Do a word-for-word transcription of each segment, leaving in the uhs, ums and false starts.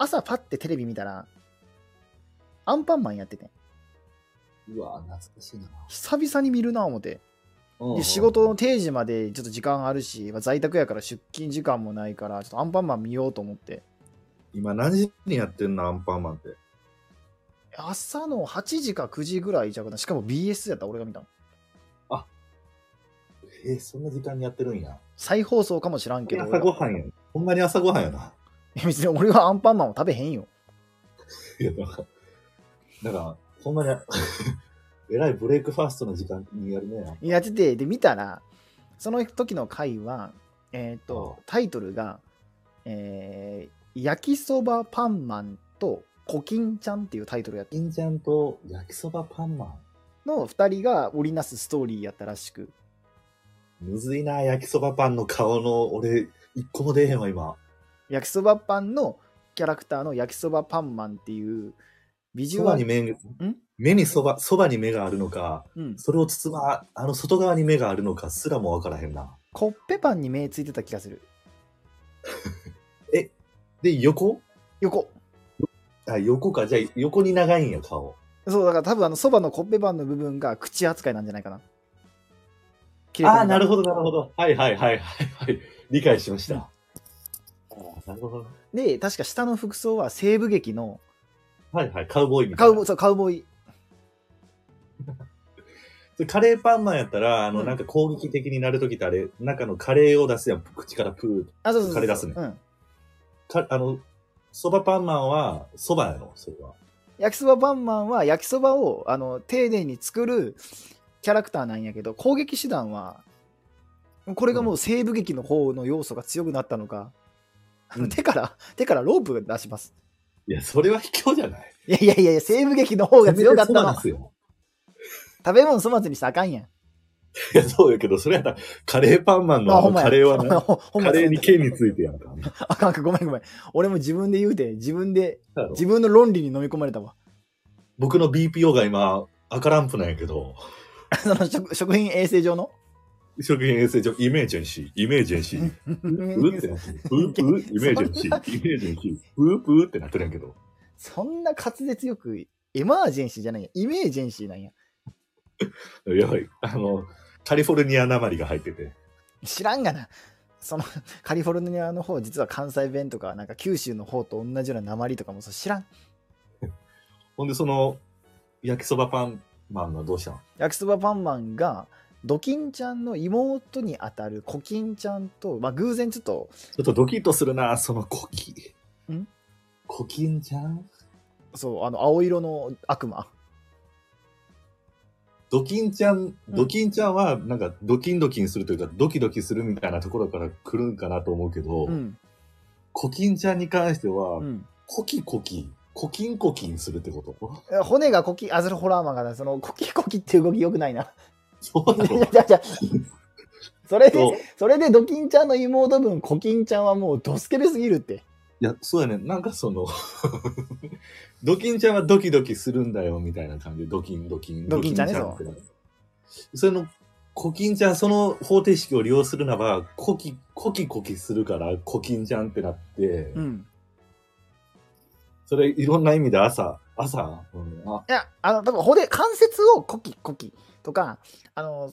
朝パッてテレビ見たらアンパンマンやってて、 うわ懐かしいな。 久々に見るな思って。 うんうん、 で仕事の定時までちょっと時間あるし、まあ、在宅やから出勤時間もないからちょっとアンパンマン見ようと思って。 今何時にやってんのアンパンマンって。 朝のはちじかくじぐらいじゃうかな。しかも ビーエス やった俺が見たの。 あえー、そんな時間にやってるんや。 再放送かもしらんけど。 朝ごはんや。ほんまに朝ごはんやな。 別に俺はアンパンマンを食べへんよ。 いやだから、だからほんまにえらいブレイクファーストの時間にやるね。 やってて、で見たらその時の回はえっ、ー、とタイトルが、えー、焼きそばパンマンとコキンちゃんっていうタイトルやって、 コキンちゃんと焼きそばパンマンのふたりが織りなすストーリーやったらしく。 むずいな、焼きそばパンの顔の俺一個も出えへんわ今。 焼きそばパンのキャラクターの焼きそばパンマンっていうビジュアル、 そばに目目にそばそばに目があるのか、うん、それを包まあの外側に目があるのかすらもわからへんな。 コッペパンに目ついてた気がする。 えで横横あ横か。じゃあ横に長いんや顔。 そうだから多分あのそばのコッペパンの部分が口扱いなんじゃないかな。 ああなるほどなるほど。はいはいはいはいはい理解しました。うん、あなるほど。 で確か下の服装は西部劇のはいはいカウボーイみたいな。 カウボそうカウボーイ。 カレーパンマンやったらあの、うん、なんか攻撃的になるときってあれ中のカレーを出すやん、口からプーあそうそうそうカレー出すね。 うん、 かあのそばパンマンはそばやろそれは。 焼きそばパンマンは焼きそばをあの丁寧に作るキャラクターなんやけど、攻撃手段はこれがもう西部劇の方の要素が強くなったのか、うん、手から手からロープ出します。 いやそれは卑怯じゃない。 いやいやいや西部劇の方が強かったの。食べ物粗末にしたらあかんやん。 いやそうやけどそれやったらカレーパンマンのあのカレーはなカレーに剣についてやんか。 あかんかごめんごめん。俺も自分で言うて自分で自分の論理に飲み込まれたわ。 僕の ビーピーオー が今赤ランプなんやけど。 その 食, 食品衛生上の食品衛生上イメージェンシーイメージェンシーうってなってるプープーイメージェンシーイメージェンシープープーってなってるんやけど、 そんな滑舌よくエマージェンシーじゃないやイメージェンシーなんや。 やばいあのカリフォルニアなまりが入ってて知らんがな。そのカリフォルニアの方実は関西弁とかなんか九州の方と同じようななまりとかもそう知らん。 ほんでその焼きそばパンマンはどうしたの？ 焼きそばパンマンがドキンちゃんの妹にあたるコキンちゃんと、まあ、偶然ちょっとちょっとドキッとするなそのコキんコキンちゃん。 そうあの青色の悪魔ドキンちゃんドキンちゃんはなんかドキンドキンするというかドキドキするみたいなところから来るんかなと思うけど、うん、コキンちゃんに関しては、うん、コキコキコキンコキンするってこと？ 骨がコキあそれホラーマンがなそのコキコキって動きよくないな。 そうなの？ じゃじゃそれでそれでドキンちゃんの妹分コキンちゃんはもうドスケベすぎるって。 いやそうやねなんかそのドキンちゃんはドキドキするんだよみたいな感じでドキンドキンドキンちゃんねそう。 そのコキンちゃんその方程式を利用するならばコキコキコキするからコキンちゃんってなって、うん、それいろんな意味で朝朝、うん、 あいやあの多分骨関節をコキコキとかあの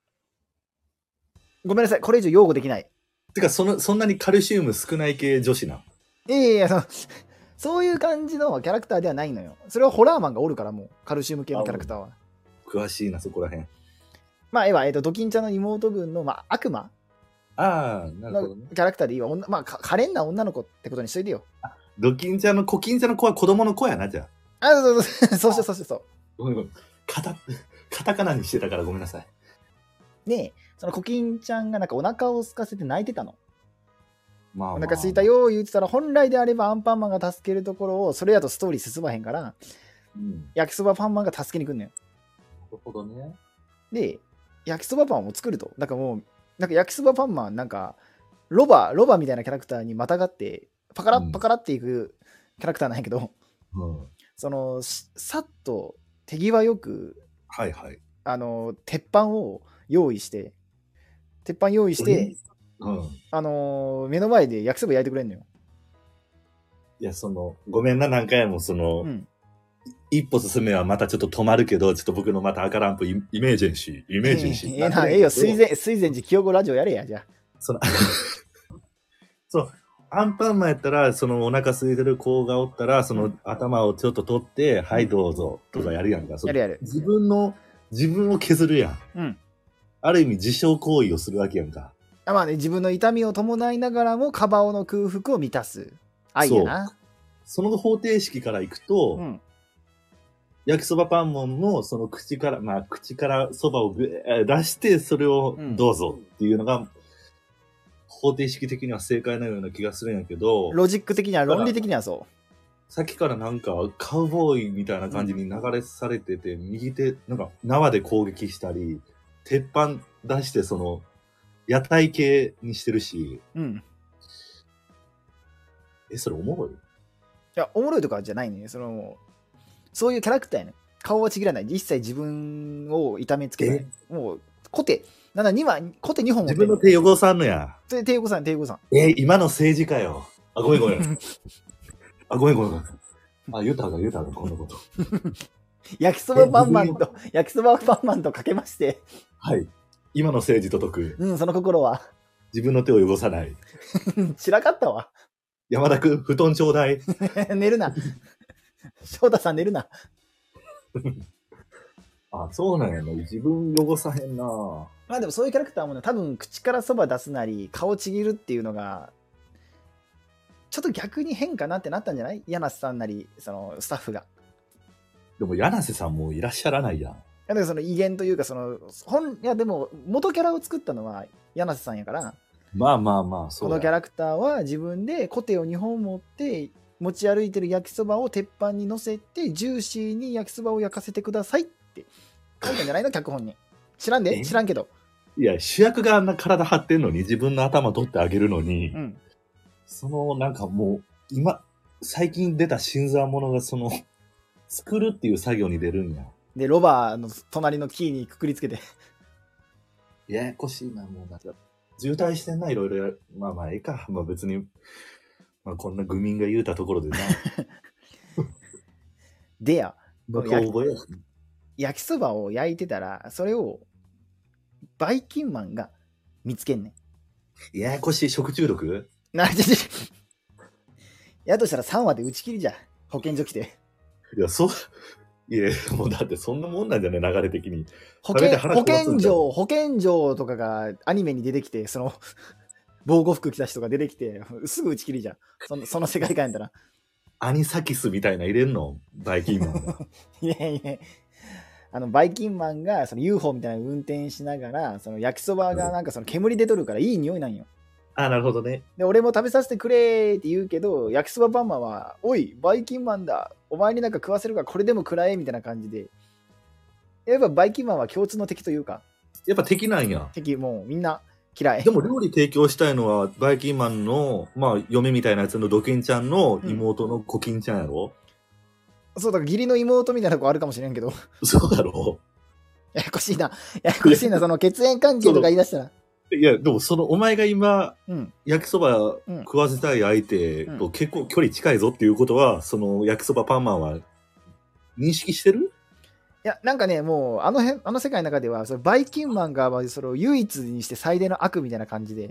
ごめんなさいこれ以上擁護できない。 てかそのそんなにカルシウム少ない系女子な。 いやいやそのそういう感じのキャラクターではないのよ。それはホラーマンがおるからもうカルシウム系のキャラクターは。 詳しいなそこらへん。 まあ、えは、えっと、ドキンちゃんの妹分の、まあ、悪魔あなるほど、ね、 キャラクターでいいわ。まあ、可憐な女の子ってことにしといてよ。 ドキンちゃんのコキンちゃんの子は子供の子やな、じゃあ。あ、そうそうそう、そうして、そうして、そう。 ごめんごめん。カタ、カタカナにしてたからごめんなさい。 で、そのコキンちゃんがなんかお腹を空かせて泣いてたの。 まあまあ、 お腹空いたよ言ってたら、本来であればアンパンマンが助けるところを、それやとストーリー進まへんから、うん、焼きそばパンマンが助けに来んのよ。 なるほどね。 で、焼きそばパンを作ると。だからもう、なんか焼きそばパンマン、なんか、ロバ、ロバみたいなキャラクターにまたがって、パカラッパカラっていくキャラクターなんやけど、うん、その、さっと手際よく、 はいはい。 あの、鉄板を用意して、鉄板用意して、うん、あのー、目の前で焼きそば焼いてくれんのよ。 いや、その、ごめんな、何回もその、うん、一歩進めはまたちょっと止まるけど、ちょっと僕のまた赤ランプイメージェンシー、イメージェンシー。 ええな、ええよ、水前、水前寺清子ラジオやれや、じゃあ。 その、そう、アンパンマンやったら、そのお腹空いてる子がおったら、その頭をちょっと取って、うん、はいどうぞ、とかやるやんか。 やるやる。 自分の、自分を削るやん。うん。ある意味自傷行為をするわけやんか。 あ、まあね、自分の痛みを伴いながらも、カバオの空腹を満たす。愛やな。 その方程式からいくと、うん、焼きそばパンモンのその口から、まあ口からそばをぐ出して、それをどうぞっていうのが、うん、方程式的には正解なような気がするんやけど、 ロジック的には、論理的にはそう。 さっきからなんかカウボーイみたいな感じに流れされてて、うん、右手、なんか縄で攻撃したり、鉄板出してその、屋台系にしてるし、うん。え、それおもろい？いや、おもろいとかじゃないね。その、そういうキャラクターやね。顔はちぎらない。一切自分を痛めつけない。もう、コテ。なんだ、には、コテにほん自分の手汚さんのや。 手汚さん、手汚さん。 え、今の政治かよ。あ、ごめんごめん。あ、ごめんごめんごめん。あ、言うたが言うたが、こんなこと。 焼きそばパンマンと、焼きそばパンマンとかけまして。 はい。今の政治と解く。 うん、その心は。 自分の手を汚さない。 散らかったわ。 山田くん、布団ちょうだい。 寝るな。翔太さん寝るな。 あ、そうなんやな。自分汚さへんな。 まあでもそういうキャラクターもね、多分口からそば出すなり、顔ちぎるっていうのが、ちょっと逆に変かなってなったんじゃない？柳瀬さんなり、そのスタッフが。 でも柳瀬さんもいらっしゃらないやん。いやだからその威厳というか、その、本、いやでも元キャラを作ったのは柳瀬さんやから、 まあまあまあ、 そう。このキャラクターは自分でコテをにほん持って、持ち歩いてる焼きそばを鉄板に乗せて、ジューシーに焼きそばを焼かせてくださいって書いたんじゃないの？脚本に。知らんで？知らんけど。 いや、主役があんな体張ってんのに、自分の頭取ってあげるのに、うん、そのなんかもう、今、最近出た新参者がその、作るっていう作業に出るんや。 で、ロバの隣のキーにくくりつけて。 ややこしいな、もうなんか。渋滞してんな、いろいろや。まあまあ、ええか。まあ別に、まあこんな愚民が言うたところでな。 でや、 焼き、 焼きそばを焼いてたら、それを、バイキンマンが見つけんねん。ややこしい、食中毒？ な、ちょちょ。やとしたらさんわで打ち切りじゃ。保健所来て。 いや、そう、いや、もうだってそんなもんなんじゃね、流れ的に。 保健、保健所、保健所とかがアニメに出てきて、その、防護服着た人が出てきて、すぐ打ち切りじゃん。その、その世界観やったら。 アニサキスみたいな入れんの？バイキンマンが。 いやいや。あの、バイキンマンがその ユーフォー みたいな運転しながら、その焼きそばがなんかその煙出とるからいい匂いなんよ。 あ、なるほどね。 で、俺も食べさせてくれーって言うけど、焼きそばパンマンは、おい、バイキンマンだ。お前になんか食わせるからこれでも食らえみたいな感じで。やっぱバイキンマンは共通の敵というか。 やっぱ敵なんや。 敵、もうみんな嫌い。 でも料理提供したいのは、バイキンマンの、まあ、嫁みたいなやつのドキンちゃんの妹のコキンちゃんやろ、 うん、そう、だから義理の妹みたいな子あるかもしれんけど。 そうだろややこしいな。ややこしいな、その血縁関係とか言い出したら。 いや、でもその、お前が今、うん、焼きそば食わせたい相手と結構距離近いぞっていうことは、その焼きそばパンマンは認識してる？ いや、なんかね、もう、あの辺、あの世界の中では、そのバイキンマンがそれを唯一にして最大の悪みたいな感じで。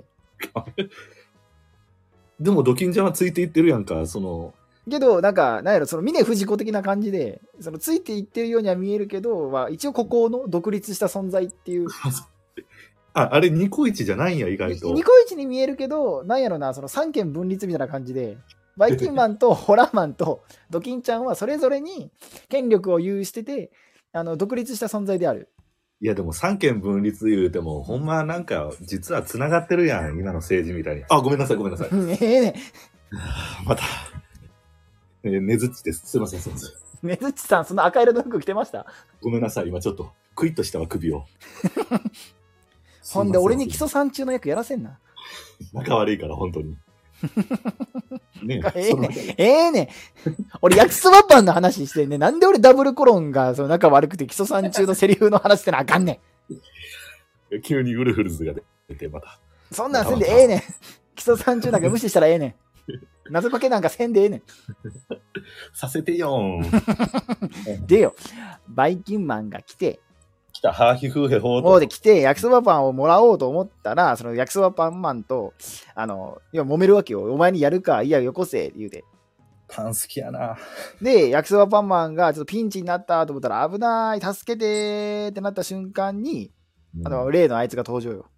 でも、ドキンちゃんはついていってるやんか、その。 けど、なんか、なんやろ、その峰不二子的な感じで、そのついていってるようには見えるけど、まあ、一応ここの独立した存在っていう。 あ、あれニコイチじゃないんや、意外と。 ニコイチに見えるけど、なんやろな、その三権分立みたいな感じで、バイキンマンとホラーマンとドキンちゃんはそれぞれに権力を有してて、あの独立した存在である。 いやでも三権分立言うても、ほんまなんか実は繋がってるやん、今の政治みたいに。あ、ごめんなさい、ごめんなさい。 ええね。 また、えー、ねずっちです。すいません、すいません。 ねずっちさん、その赤色の服着てました？ ごめんなさい、今ちょっとクイッとしたわ、首を。 ほんで、俺に基礎三中の役やらせんな。 仲悪いから、本当に。 ねえ、ええねええね俺、焼きそばパンの話してんね。なんで俺ダブルコロンがその仲悪くて基礎三中のセリフの話してなあかんねん。急にウルフルズが出て、また。 そんなんせんでええねん。基礎三中なんか無視したらええねん。 謎かけなんかせんでええねん。 させてよん。でよ、バイキンマンが来て、 来た、ハーヒフーヘホーと。で来て、焼きそばパンをもらおうと思ったら、その焼きそばパンマンと、あの、いや、揉めるわけよ。お前にやるか、いや、よこせ、言うて。 パン好きやな。 で、焼きそばパンマンがちょっとピンチになったと思ったら、危ない、助けてーってなった瞬間に、あの、例のあいつが登場よ。